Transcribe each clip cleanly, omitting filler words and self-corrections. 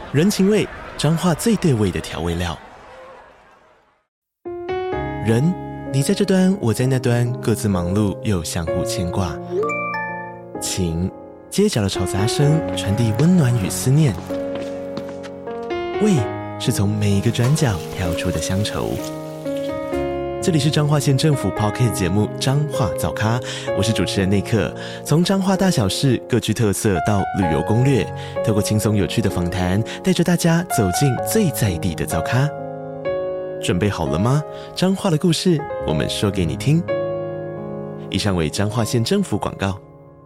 人情味，彰化最对味的调味料。人，你在这端，我在那端，各自忙碌又相互牵挂。情，街角的吵杂声传递温暖与思念。味，是从每一个转角跳出的乡愁。这里是彰化县政府 Podcast 节目《彰化早咖》，我是主持人内克。从彰化大小事各具特色到旅游攻略，透过轻松有趣的访谈，带着大家走进最在地的早咖。准备好了吗？彰化的故事，我们说给你听。以上为彰化县政府广告。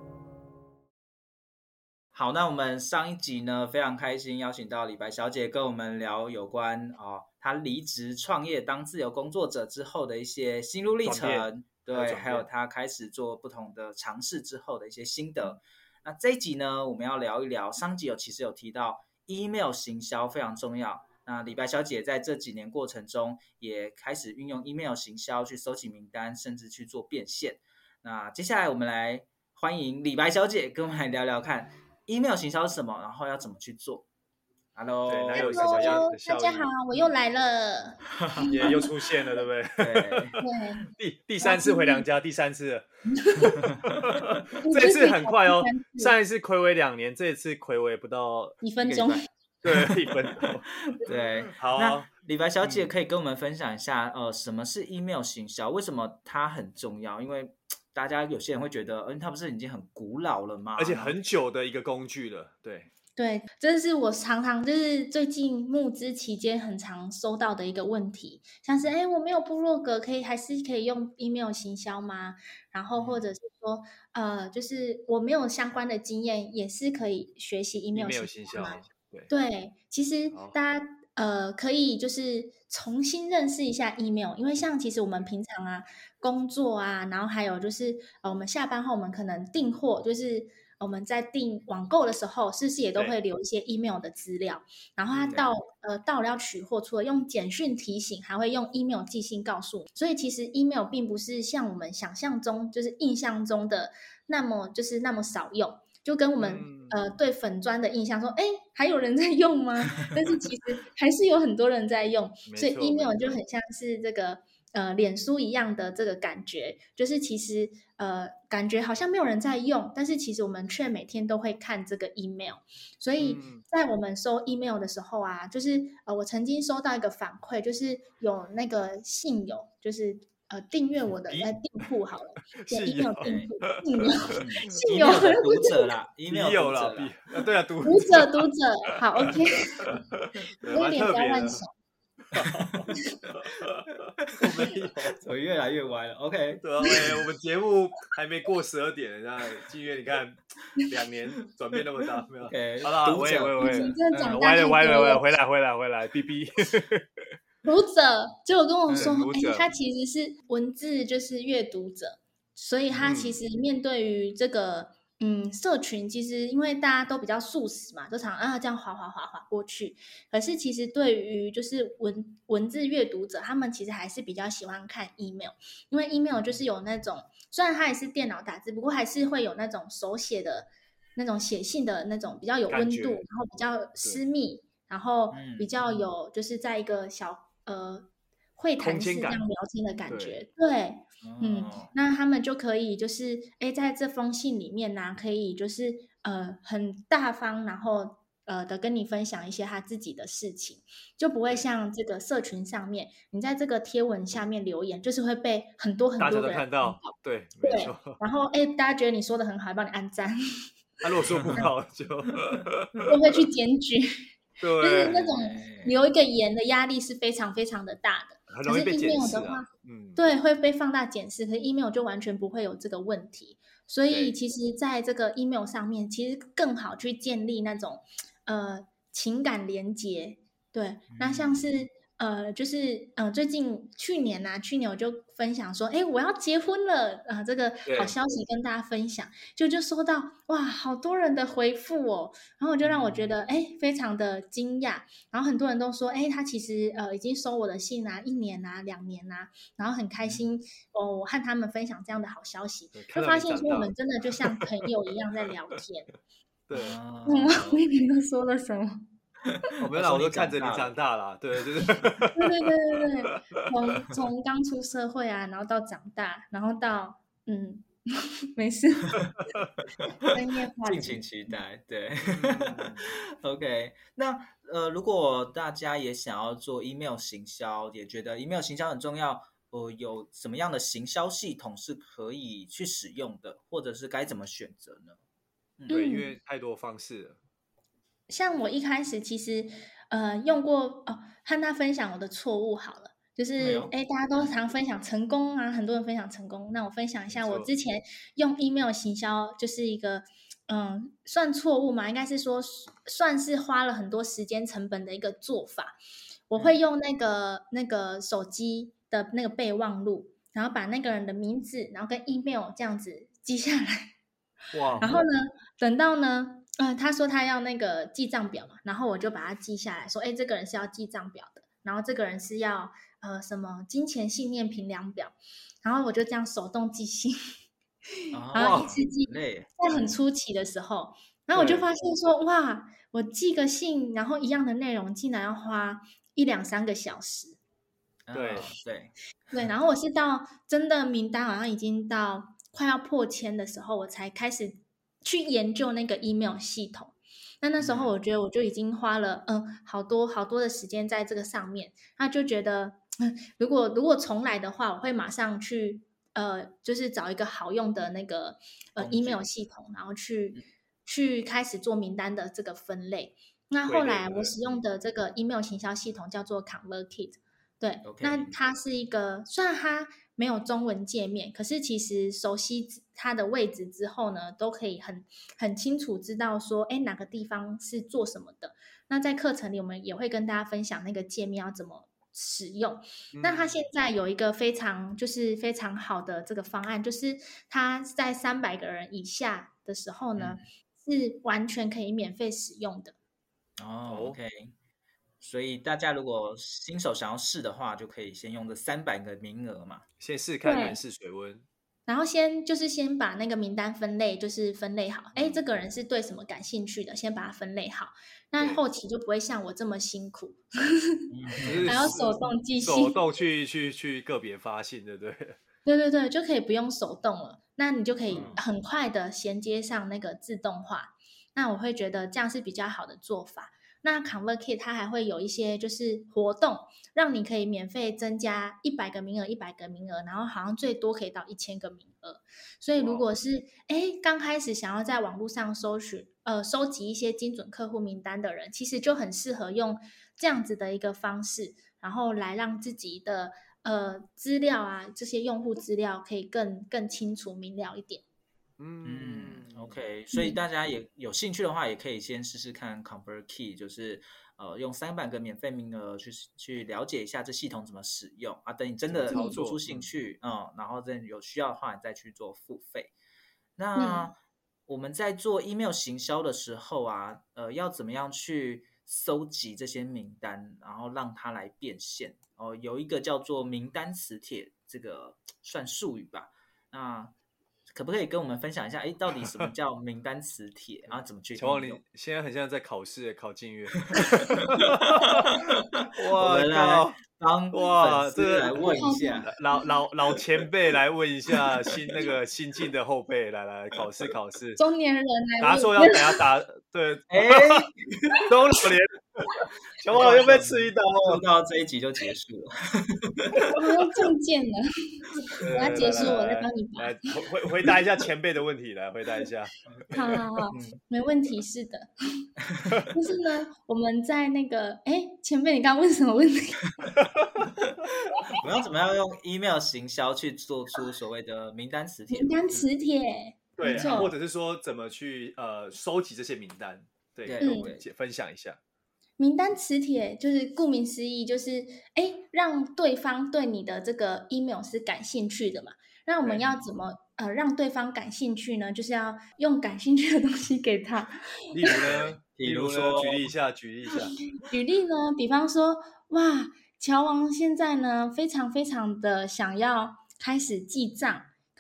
好，那我们上一集呢，非常开心邀请到李白小姐跟我们聊有关她离职创业当自由工作者之后的一些心路历程，对，还有她开始做不同的尝试之后的一些心得。那这一集呢，我们要聊一聊，上集其实有提到 email 行销非常重要。那李白小姐在这几年过程中也开始运用 email 行销去收集名单，甚至去做变现。那接下来我们来欢迎李白小姐跟我们来聊聊看 email 行销是什么，然后要怎么去做。Hello， 大家好，我又来了， 也又出现了，对不对？ 对， 第三次回娘家，第三次了。这次很快哦，上一次睽违2年，这一次睽违不到 1分钟。 对，1分钟。 对，好。那李白小姐可以跟我们分享一下，什么是 email 行销？为什么它很重要？因为大家有些人会觉得，它不是已经很古老了吗？ 而且很久的一个工具了， 对，这是我常常就是最近募资期间很常收到的一个问题，像是我没有部落格，还是可以用 email 行销吗？然后或者是说就是我没有相关的经验，也是可以学习 email 行销吗？对，其实大家可以就是重新认识一下 email， 因为像其实我们平常工作然后还有就是我们下班后我们可能订货，就是我们在订网购的时候，是不是也都会留一些 email 的资料？然后它到了要取货，除了用简讯提醒，还会用 email 寄信告诉你。所以其实 email 并不是像我们想象中，就是印象中的那么少用。就跟我们对粉专的印象说，还有人在用吗？但是其实还是有很多人在用，所以 email 就很像是这个脸书一样的这个感觉，就是其实感觉好像没有人在用，但是其实我们却每天都会看这个 email。所以在我们收 email 的时候就是我曾经收到一个反馈，就是有那个信友就是订阅我的订户好了，对 email 订户，信友的读者啦，email 读者啦，对啊，读者，好 OK， 有点不要乱想。 我越来越歪了 ，OK。 对啊，我们节目还没过12点，那静月你看2年转变那么大，没有？ Okay, 好了，我歪了，回来，B B。 读者结果跟我说，他其实是文字就是阅读者，所以他其实面对于这个社群，其实因为大家都比较速食嘛，都常这样滑过去。可是其实对于就是文字阅读者，他们其实还是比较喜欢看 email， 因为 email 就是有那种虽然它也是电脑打字，不过还是会有那种手写的那种写信的那种比较有温度，然后比较私密，然后比较有就是在一个小会谈室这样聊天的感觉，对，那他们就可以就是在这封信里面可以就是很大方，然后的跟你分享一些他自己的事情，就不会像这个社群上面，你在这个贴文下面留言，就是会被很多个人看到，对，没错。 然后大家觉得你说的很好，还帮你按赞， 他如果说不好就会去检举。 对， 就是那种留一个言的压力是非常非常的大的， 很容易被检视的话，对，会被放大检视，可是 email 就完全不会有这个问题。所以其实在这个 email 上面，其实更好去建立那种情感连结。对，那像是就是最近去年我就分享说，我要结婚了这个好消息跟大家分享，就收到哇好多人的回复然后就让我觉得非常的惊讶，然后很多人都说他其实已经收我的信1年2年然后很开心我和他们分享这样的好消息，就发现说我们真的就像朋友一样在聊天。 对， 我以为你说了什么？ 没有啦，我都看着你长大啦，对，就是对，从刚出社会啊，然后到长大，然后到没事， 敬请期待。对，OK， 那如果大家也想要做 email 行销，也觉得 email 行销很重要，有什么样的行销系统是可以去使用的，或者是该怎么选择呢？ 对，因为太多方式了。 像我一开始其实用过和他分享我的错误好了，就是大家都常分享成功啊，很多人分享成功，那我分享一下我之前用 email 行销就是一个算错误嘛，应该是说算是花了很多时间成本的一个做法。我会用那个手机的那个备忘录，然后把那个人的名字，然后跟 email 这样子记下来。哇！然后呢，等到呢，他说他要那个记账表嘛，然后我就把它记下来，说，这个人是要记账表的，然后这个人是要什么金钱信念评量表，然后我就这样手动记信，然后一次记，在很初期的时候，然后我就发现说，哇，我记个信，然后一样的内容，竟然要花1-2-3个小时。 对， 然后我是到真的名单好像已经到快要破千的时候，我才开始去研究那个 email 系统。那时候我觉得我就已经花了好多的时间在这个上面，那就觉得如果重来的话，我会马上去就是找一个好用的那个email 系统，然后去开始做名单的这个分类。那后来我使用的这个 email 行销系统叫做 ConvertKit。对，那它是一个，虽然它没有中文界面，可是其实熟悉它的位置之后呢，都可以很清楚知道说，哪个地方是做什么的。那在课程里，我们也会跟大家分享那个界面要怎么使用。那它现在有一个非常好的这个方案，就是它在300个人以下的时候呢，是完全可以免费使用的。 OK。所以大家如果新手想要试的话，就可以先用这300个名额嘛， 先试看人试水温， 然后先把那个名单分类，就是分类好，这个人是对什么感兴趣的，先把它分类好，那后期就不会像我这么辛苦，还要手动记信， 手动去个别发信，对不对？ 对，就可以不用手动了，那你就可以很快的衔接上那个自动化，那我会觉得这样是比较好的做法。那 ConvertKit 它还会有一些就是活动，让你可以免费增加100个名额，100个名额，然后好像最多可以到1000个名额。所以如果是刚开始想要在网络上收集一些精准客户名单的人，其实就很适合用这样子的一个方式，然后来让自己的资料啊，这些用户资料可以更清楚明了一点。 OK， 所以大家也有兴趣的话，也可以先试试看 ConvertKit， 就是用300个免费名额去了解一下这系统怎么使用啊。等你真的做出兴趣，然后真的有需要的话，你再去做付费。那我们在做 email 行销的时候啊，要怎么样去搜集这些名单，然后让它来变现？有一个叫做名单磁铁，这个算术语吧。那可不可以跟我们分享一下，到底什么叫名单磁铁，然后怎么去乔王，你现在很像在考试，考近月。 我们来帮粉丝来问一下， 老前辈来问一下新进的后辈，来考试。 中年人来问， 他说要等下打，对，中老年。乔王又被刺一刀， 到这一集就结束了。 我要中箭了，我要结束，我再帮你来回答一下前辈的问题，来回答一下。 好，没问题，是的。就是呢，我们在那个，前辈，你刚刚问什么问题？ 我们要怎么样用 email 行销去做出所谓的名单磁铁？ 名单磁铁， 对，或者是说怎么去收集这些名单？对，跟我们分享一下。 名单磁铁就是顾名思义，就是让对方对你的这个 email 是感兴趣的嘛。那我们要怎么让对方感兴趣呢？就是要用感兴趣的东西给他。 例如说，举例一下。 举例呢，比方说，乔王现在呢非常非常的想要开始记账，可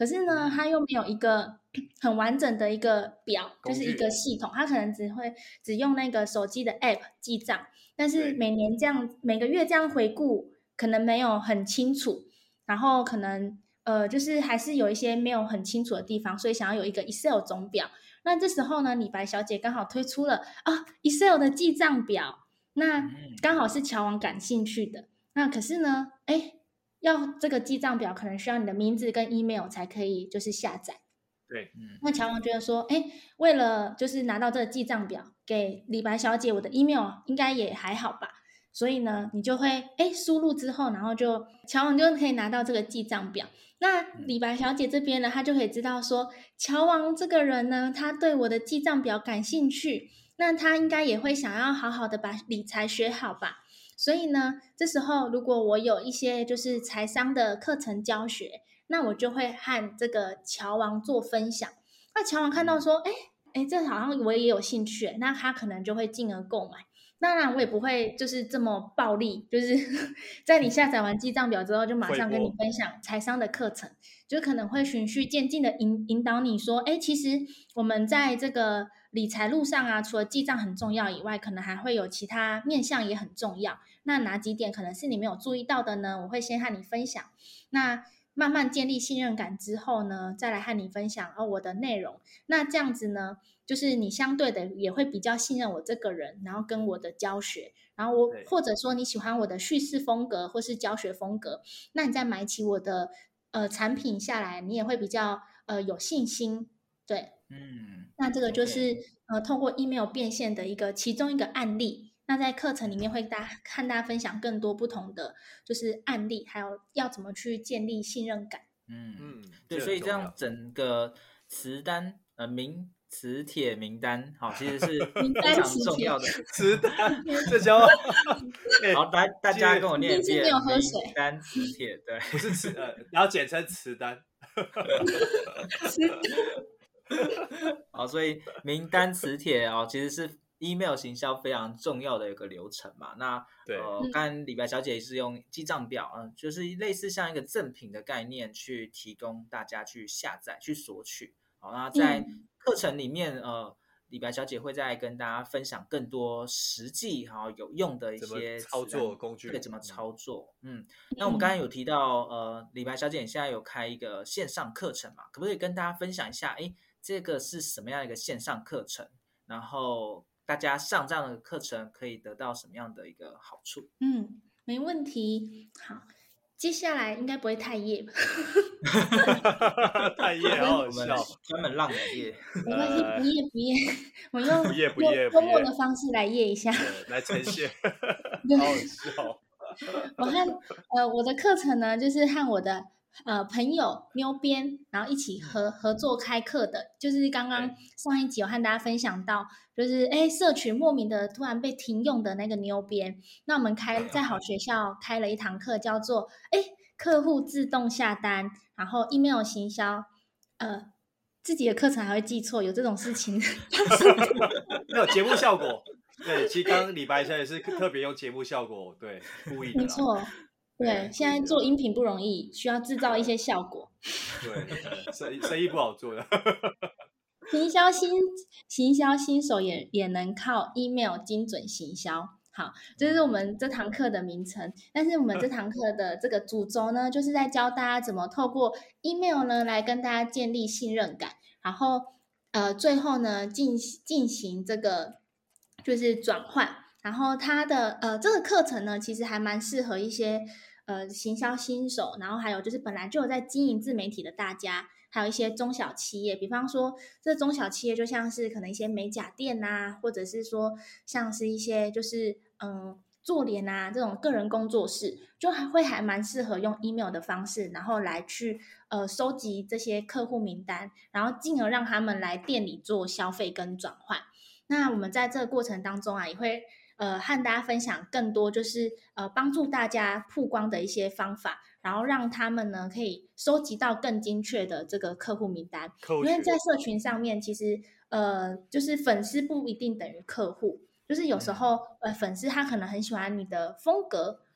可是呢，它又没有一个很完整的一个表，就是一个系统，它可能只用那个手机的 app 记账，但是每个月这样回顾，可能没有很清楚，然后可能就是还是有一些没有很清楚的地方，所以想要有一个 Excel 总表。那这时候呢，李白小姐刚好推出了Excel 的记账表，那刚好是乔王感兴趣的。那可是呢，要这个记账表可能需要你的名字跟 email 才可以就是下载。 对， 那乔王觉得说，为了就是拿到这个记账表给李白小姐，我的 email 应该也还好吧。所以呢，你就会输入之后，然后乔王就可以拿到这个记账表。那李白小姐这边呢，她就可以知道说，乔王这个人呢，他对我的记账表感兴趣，那他应该也会想要好好的把理财学好吧。所以呢，这时候如果我有一些就是财商的课程教学，那我就会和这个乔王做分享。那乔王看到说，这好像我也有兴趣，那他可能就会进而购买。当然我也不会就是这么暴力，就是在你下载完记账表之后就马上跟你分享财商的课程，就可能会循序渐进的引导你说，其实我们在这个理财路上啊，除了记账很重要以外，可能还会有其他面向也很重要。那哪几点可能是你没有注意到的呢？我会先和你分享，那慢慢建立信任感之后呢，再来和你分享我的内容。那这样子呢，就是你相对的也会比较信任我这个人，然后跟我的教学，然后或者说你喜欢我的叙事风格或是教学风格，那你再买起我的产品下来，你也会比较有信心。对，那这个就是透过 email 变现的其中一个案例。那在课程里面会和大家分享更多不同的就是案例，还有要怎么去建立信任感。 对，所以这样整个磁铁名单，其实是非常重要的磁单，这叫好，大家跟我念一遍， 没有喝水， 名单磁铁，对， 不是磁然后简称磁单。 好，所以名单磁铁其实是 email 行销非常重要的一个流程嘛。那刚才李白小姐也是用记账表就是类似像一个赠品的概念去提供大家去下载去索取。好，那在课程里面李白小姐会再跟大家分享更多实际有用的一些操作工具， 对，怎么操作。那我们刚才有提到李白小姐你现在有开一个线上课程嘛，可不可以跟大家分享一下这个是什么样的一个线上课程，然后大家上这样的课程可以得到什么样的一个好处？ 没问题。好，接下来应该不会太夜吧？ 太夜好好笑， 专门让你夜。 没关系，不夜，我用幽默的方式来夜一下， 来呈现，好好笑。 我的课程呢，就是和我的朋友妞编，然后一起合作开课的，就是刚刚上一集有和大家分享到，就是社群莫名的突然被停用的那个妞编，那我们在好学校开了一堂课，叫做客户自动下单，然后 email 行销，自己的课程还会记错，有这种事情。 没有节目效果。对，其实刚刚李白小姐是特别用节目效果，对，故意的。 没错，对，现在做音频不容易，需要制造一些效果。 对，生意不好做的。 行销新手也能靠 email 精准行销。好，这是我们这堂课的名称。但是我们这堂课的这个主轴呢，就是在教大家怎么透过 email 呢来跟大家建立信任感，然后最后呢进行这个就是转换。然后它的这个课程呢，其实还蛮适合一些行销新手，然后还有就是本来就有在经营自媒体的大家，还有一些中小企业，比方说这中小企业就像是可能一些美甲店啊，或者是说像是一些就是做脸啊这种个人工作室，就还蛮适合用 email 的方式，然后来去收集这些客户名单，然后进而让他们来店里做消费跟转换。那我们在这个过程当中也会和大家分享更多就是帮助大家曝光的一些方法，然后让他们呢可以收集到更精确的这个客户名单。因为在社群上面其实就是粉丝不一定等于客户，就是有时候粉丝他可能很喜欢你的风格，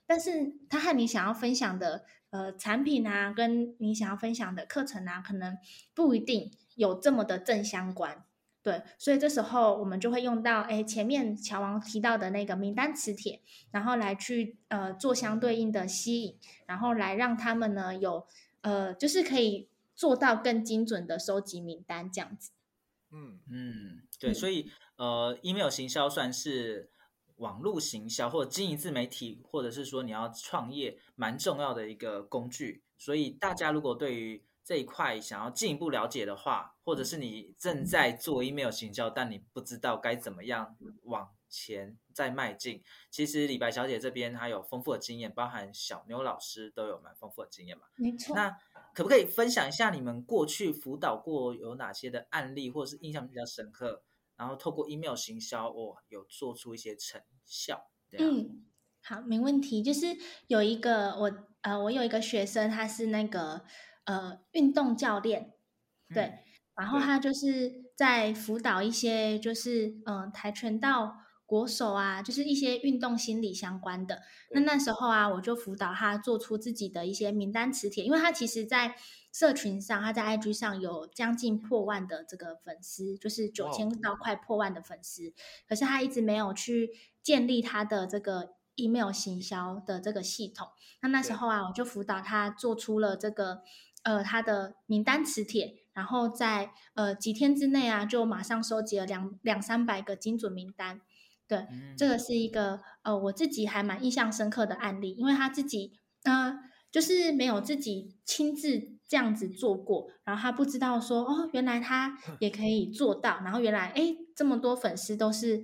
但是它和你想要分享的产品啊，跟你想要分享的课程啊，可能不一定有这么的正相关。对，所以这时候我们就会用到前面乔王提到的那个名单磁铁，然后来去做相对应的吸引，然后来让他们呢有就是可以做到更精准的收集名单这样子。 对，所以email 行销算是网络行销或者经营自媒体，或者是说你要创业蛮重要的一个工具。所以大家如果对于这一块想要进一步了解的话，或者是你正在做 email 行销，但你不知道该怎么样往前再迈进，其实李白小姐这边还有丰富的经验，包含小妞老师都有蛮丰富的经验嘛。 没错。 那可不可以分享一下你们过去辅导过有哪些的案例，或者是印象比较深刻，然后透过 email 行销有做出一些成效？ 好，没问题。就是有一个我有一个学生，他是那个运动教练，对，然后他就是在辅导一些就是跆拳道国手啊，就是一些运动心理相关的。那时候啊，我就辅导他做出自己的一些名单磁铁，因为他其实在社群上，他在 IG 上有将近破万的这个粉丝，就是9000到快破万的粉丝，可是他一直没有去建立他的这个 email 行销的这个系统。那时候啊，我就辅导他做出了这个他的名单磁铁，然后在几天之内啊，就马上收集了200-300个精准名单。对，这个是一个我自己还蛮印象深刻的案例，因为他自己就是没有自己亲自这样子做过，然后他不知道说原来他也可以做到，然后原来这么多粉丝都是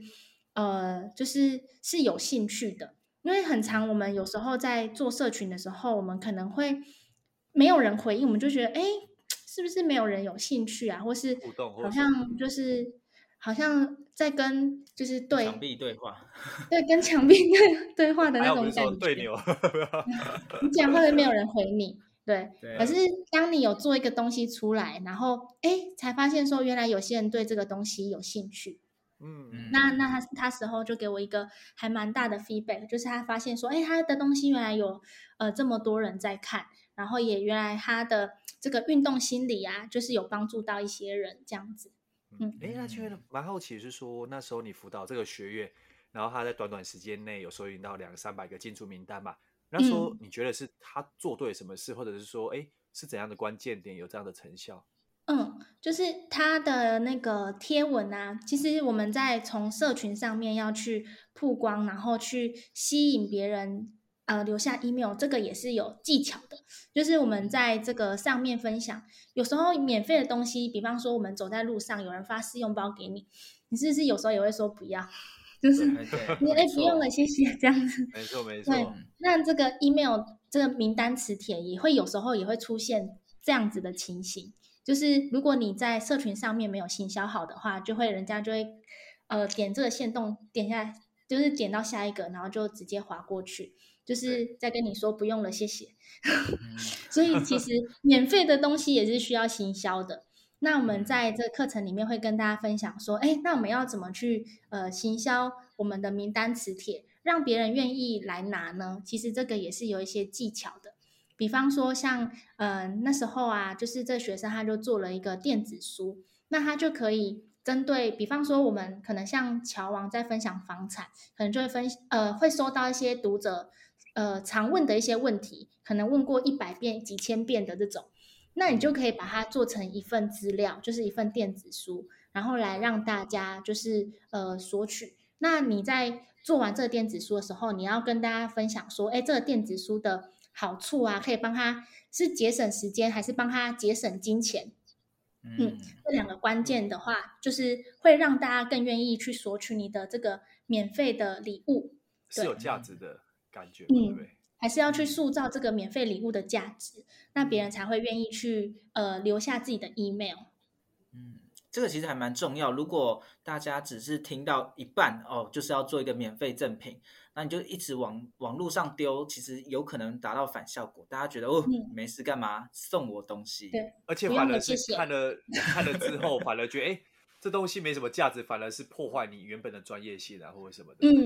就是有兴趣的。因为很常我们有时候在做社群的时候，我们可能会没有人回应，我们就觉得是不是没有人有兴趣啊，或是好像就是好像在跟就是墙壁对话， 对，跟墙壁对话的那种感觉。 对牛， 你讲话都没有人回你，对。可是当你有做一个东西出来，然后才发现说原来有些人对这个东西有兴趣。那他时候就给我一个还蛮大的 feedback， 就是他发现说他的东西原来有这么多人在看，然后也原来他的这个运动心理啊，就是有帮助到一些人这样子。 那就蛮好奇，是说那时候你辅导这个学员，然后他在短短时间内有收集到200-300个进出名单嘛？那时候你觉得是他做对什么事，或者是说是怎样的关键点有这样的成效？ 就是他的那个贴文啊，其实我们在从社群上面要去曝光，然后去吸引别人留下 email， 这个也是有技巧的。就是我们在这个上面分享，有时候免费的东西，比方说我们走在路上，有人发试用包给你，你是不是有时候也会说不要？就是不用了，谢谢这样子。 没错。 对，那这个 email 这个名单磁铁也会有时候也会出现这样子的情形。就是如果你在社群上面没有行销好的话，人家就会点这个限动点下，就是点到下一个，然后就直接滑过去，就是在跟你说不用了，谢谢。所以其实免费的东西也是需要行销的。那我们在这个课程里面会跟大家分享说，那我们要怎么去行销我们的名单磁铁，让别人愿意来拿呢？其实这个也是有一些技巧的。比方说像那时候啊，就是这学生他就做了一个电子书，那他就可以针对，比方说我们可能像乔王在分享房产，可能就会收到一些读者常问的一些问题，可能问过100遍、几千遍的这种，那你就可以把它做成一份资料，就是一份电子书，然后来让大家就是索取。那你在做完这个电子书的时候，你要跟大家分享说，这个电子书的好处啊，可以帮他是节省时间，还是帮他节省金钱？这两个关键的话，就是会让大家更愿意去索取你的这个免费的礼物， 是有价值的感觉，对不对？ 还是要去塑造这个免费礼物的价值，那别人才会愿意去留下自己的 email。 这个其实还蛮重要。如果大家只是听到一半就是要做一个免费赠品，那你就一直往路上丢，其实有可能达到反效果。大家觉得没事干嘛送我东西？ 对， 而且反而是看了之后，反而觉得这东西没什么价值，反而是破坏你原本的专业性啊，或者什么的。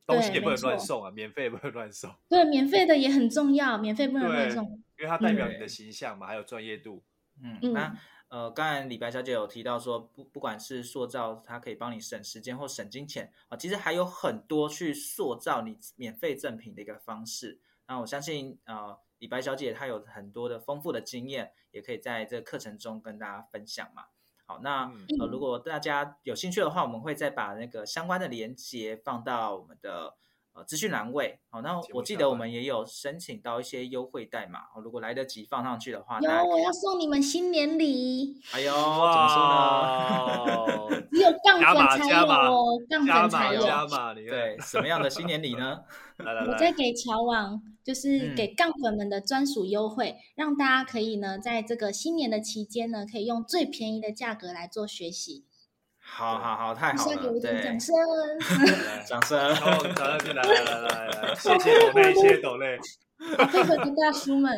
东西也不能乱送啊，免费也不能乱送。 对，免费的也很重要，免费不能乱送， 因为它代表你的形象嘛，还有专业度。 那刚才李白小姐有提到说，不管是塑造它可以帮你省时间或省金钱啊，其实还有很多去塑造你免费赠品的一个方式。那我相信李白小姐她有很多的丰富的经验，也可以在这个课程中跟大家分享嘛。好，那如果大家有兴趣的话，我们会再把那个相关的连结放到我们的资讯栏位。好，那我记得我们也有申请到一些优惠代码，如果来得及放上去的话， 我要送你们新年礼。 哎呦，怎么说呢？只有杠粉才有哦，杠粉才有。 加码， 对，什么样的新年礼呢？ 我在给乔王，就是给杠粉们的专属优惠，让大家可以呢，在这个新年的期间呢，可以用最便宜的价格来做学习。 好，太好了！ 给我一点掌声， 掌声， 来，谢谢抖内， 配合的大叔们。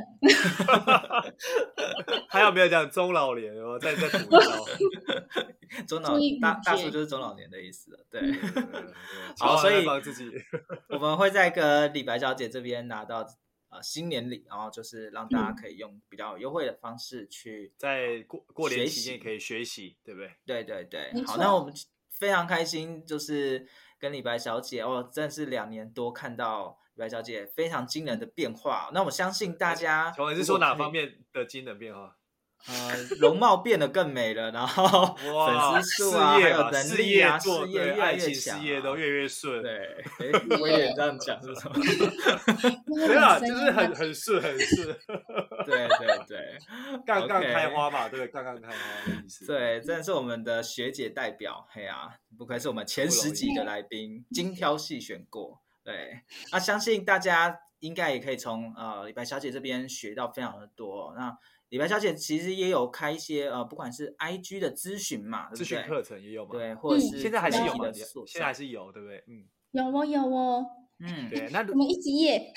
还有没有讲中老年？我再补一刀。 中老大叔就是中老年的意思了，对。好，所以我们会在跟李白小姐这边拿到新年礼，然后就是让大家可以用比较优惠的方式去在过年期间可以学习，对不对？ 对。好，那我们非常开心，就是跟李白小姐真的是2年多看到李白小姐非常惊人的变化。那我相信大家， 你是说哪方面的惊人变化？ 容貌变得更美了，然后粉丝数啊，还有能力啊，事业越来越强， 事业都越顺。 对，我也这样讲是什么？ 没有啦，就是很顺。 对， 杠开花嘛，对，杠开花的意思。 对，真的是我们的学姐代表，不愧是我们前10集的来宾，精挑细选过。对，那相信大家应该也可以从李白小姐这边学到非常的多。那李白小姐其实也有开一些不管是 IG 的咨询嘛，对不对？ 咨询课程也有嘛？ 对，或者是现在还是有的，现在还是有，对不对？ 有哦。 对，那我们一起耶。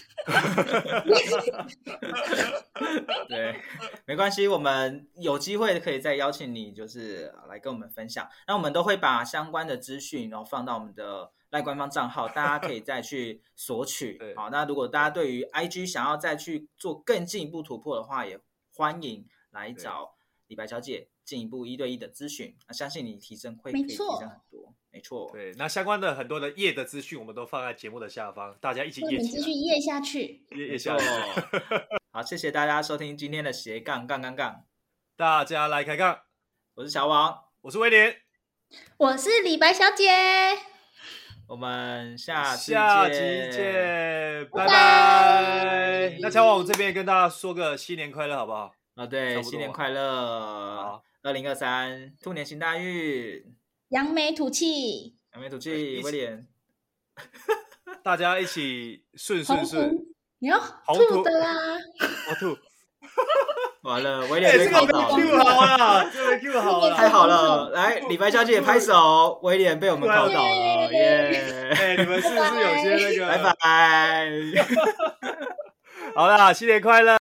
对，没关系，我们有机会可以再邀请你，就是来跟我们分享。那我们都会把相关的资讯，然后放到我们的赖官方账号，大家可以再去索取。好，那如果大家对于 IG 想要再去做更进一步突破的话，也欢迎来找李白小姐进一步1对1的咨询。相信你提升可以提升很多。没错， 对，那相关的很多的页的资讯，我们都放在节目的下方，大家一起页起来， 继续页下去， 页下去。 好，谢谢大家收听今天的斜杠杠， 大家来开杠。 我是小王， 我是威廉， 我是李白小姐， 我们下集见，拜拜。那乔王这边跟大家说个新年快乐，好不好？ 对，新年快乐！2023兔年行大运。 扬眉吐气， 威廉， 大家一起顺。 你要吐的啦！ 我吐， 完了，威廉被考倒了。 这个 Q 好了，这个 Q 好了， 太好了！来，李白小姐拍手，威廉被我们考倒了，耶！ 你们是不是有些那个？ 拜拜。 好啦，新年快乐！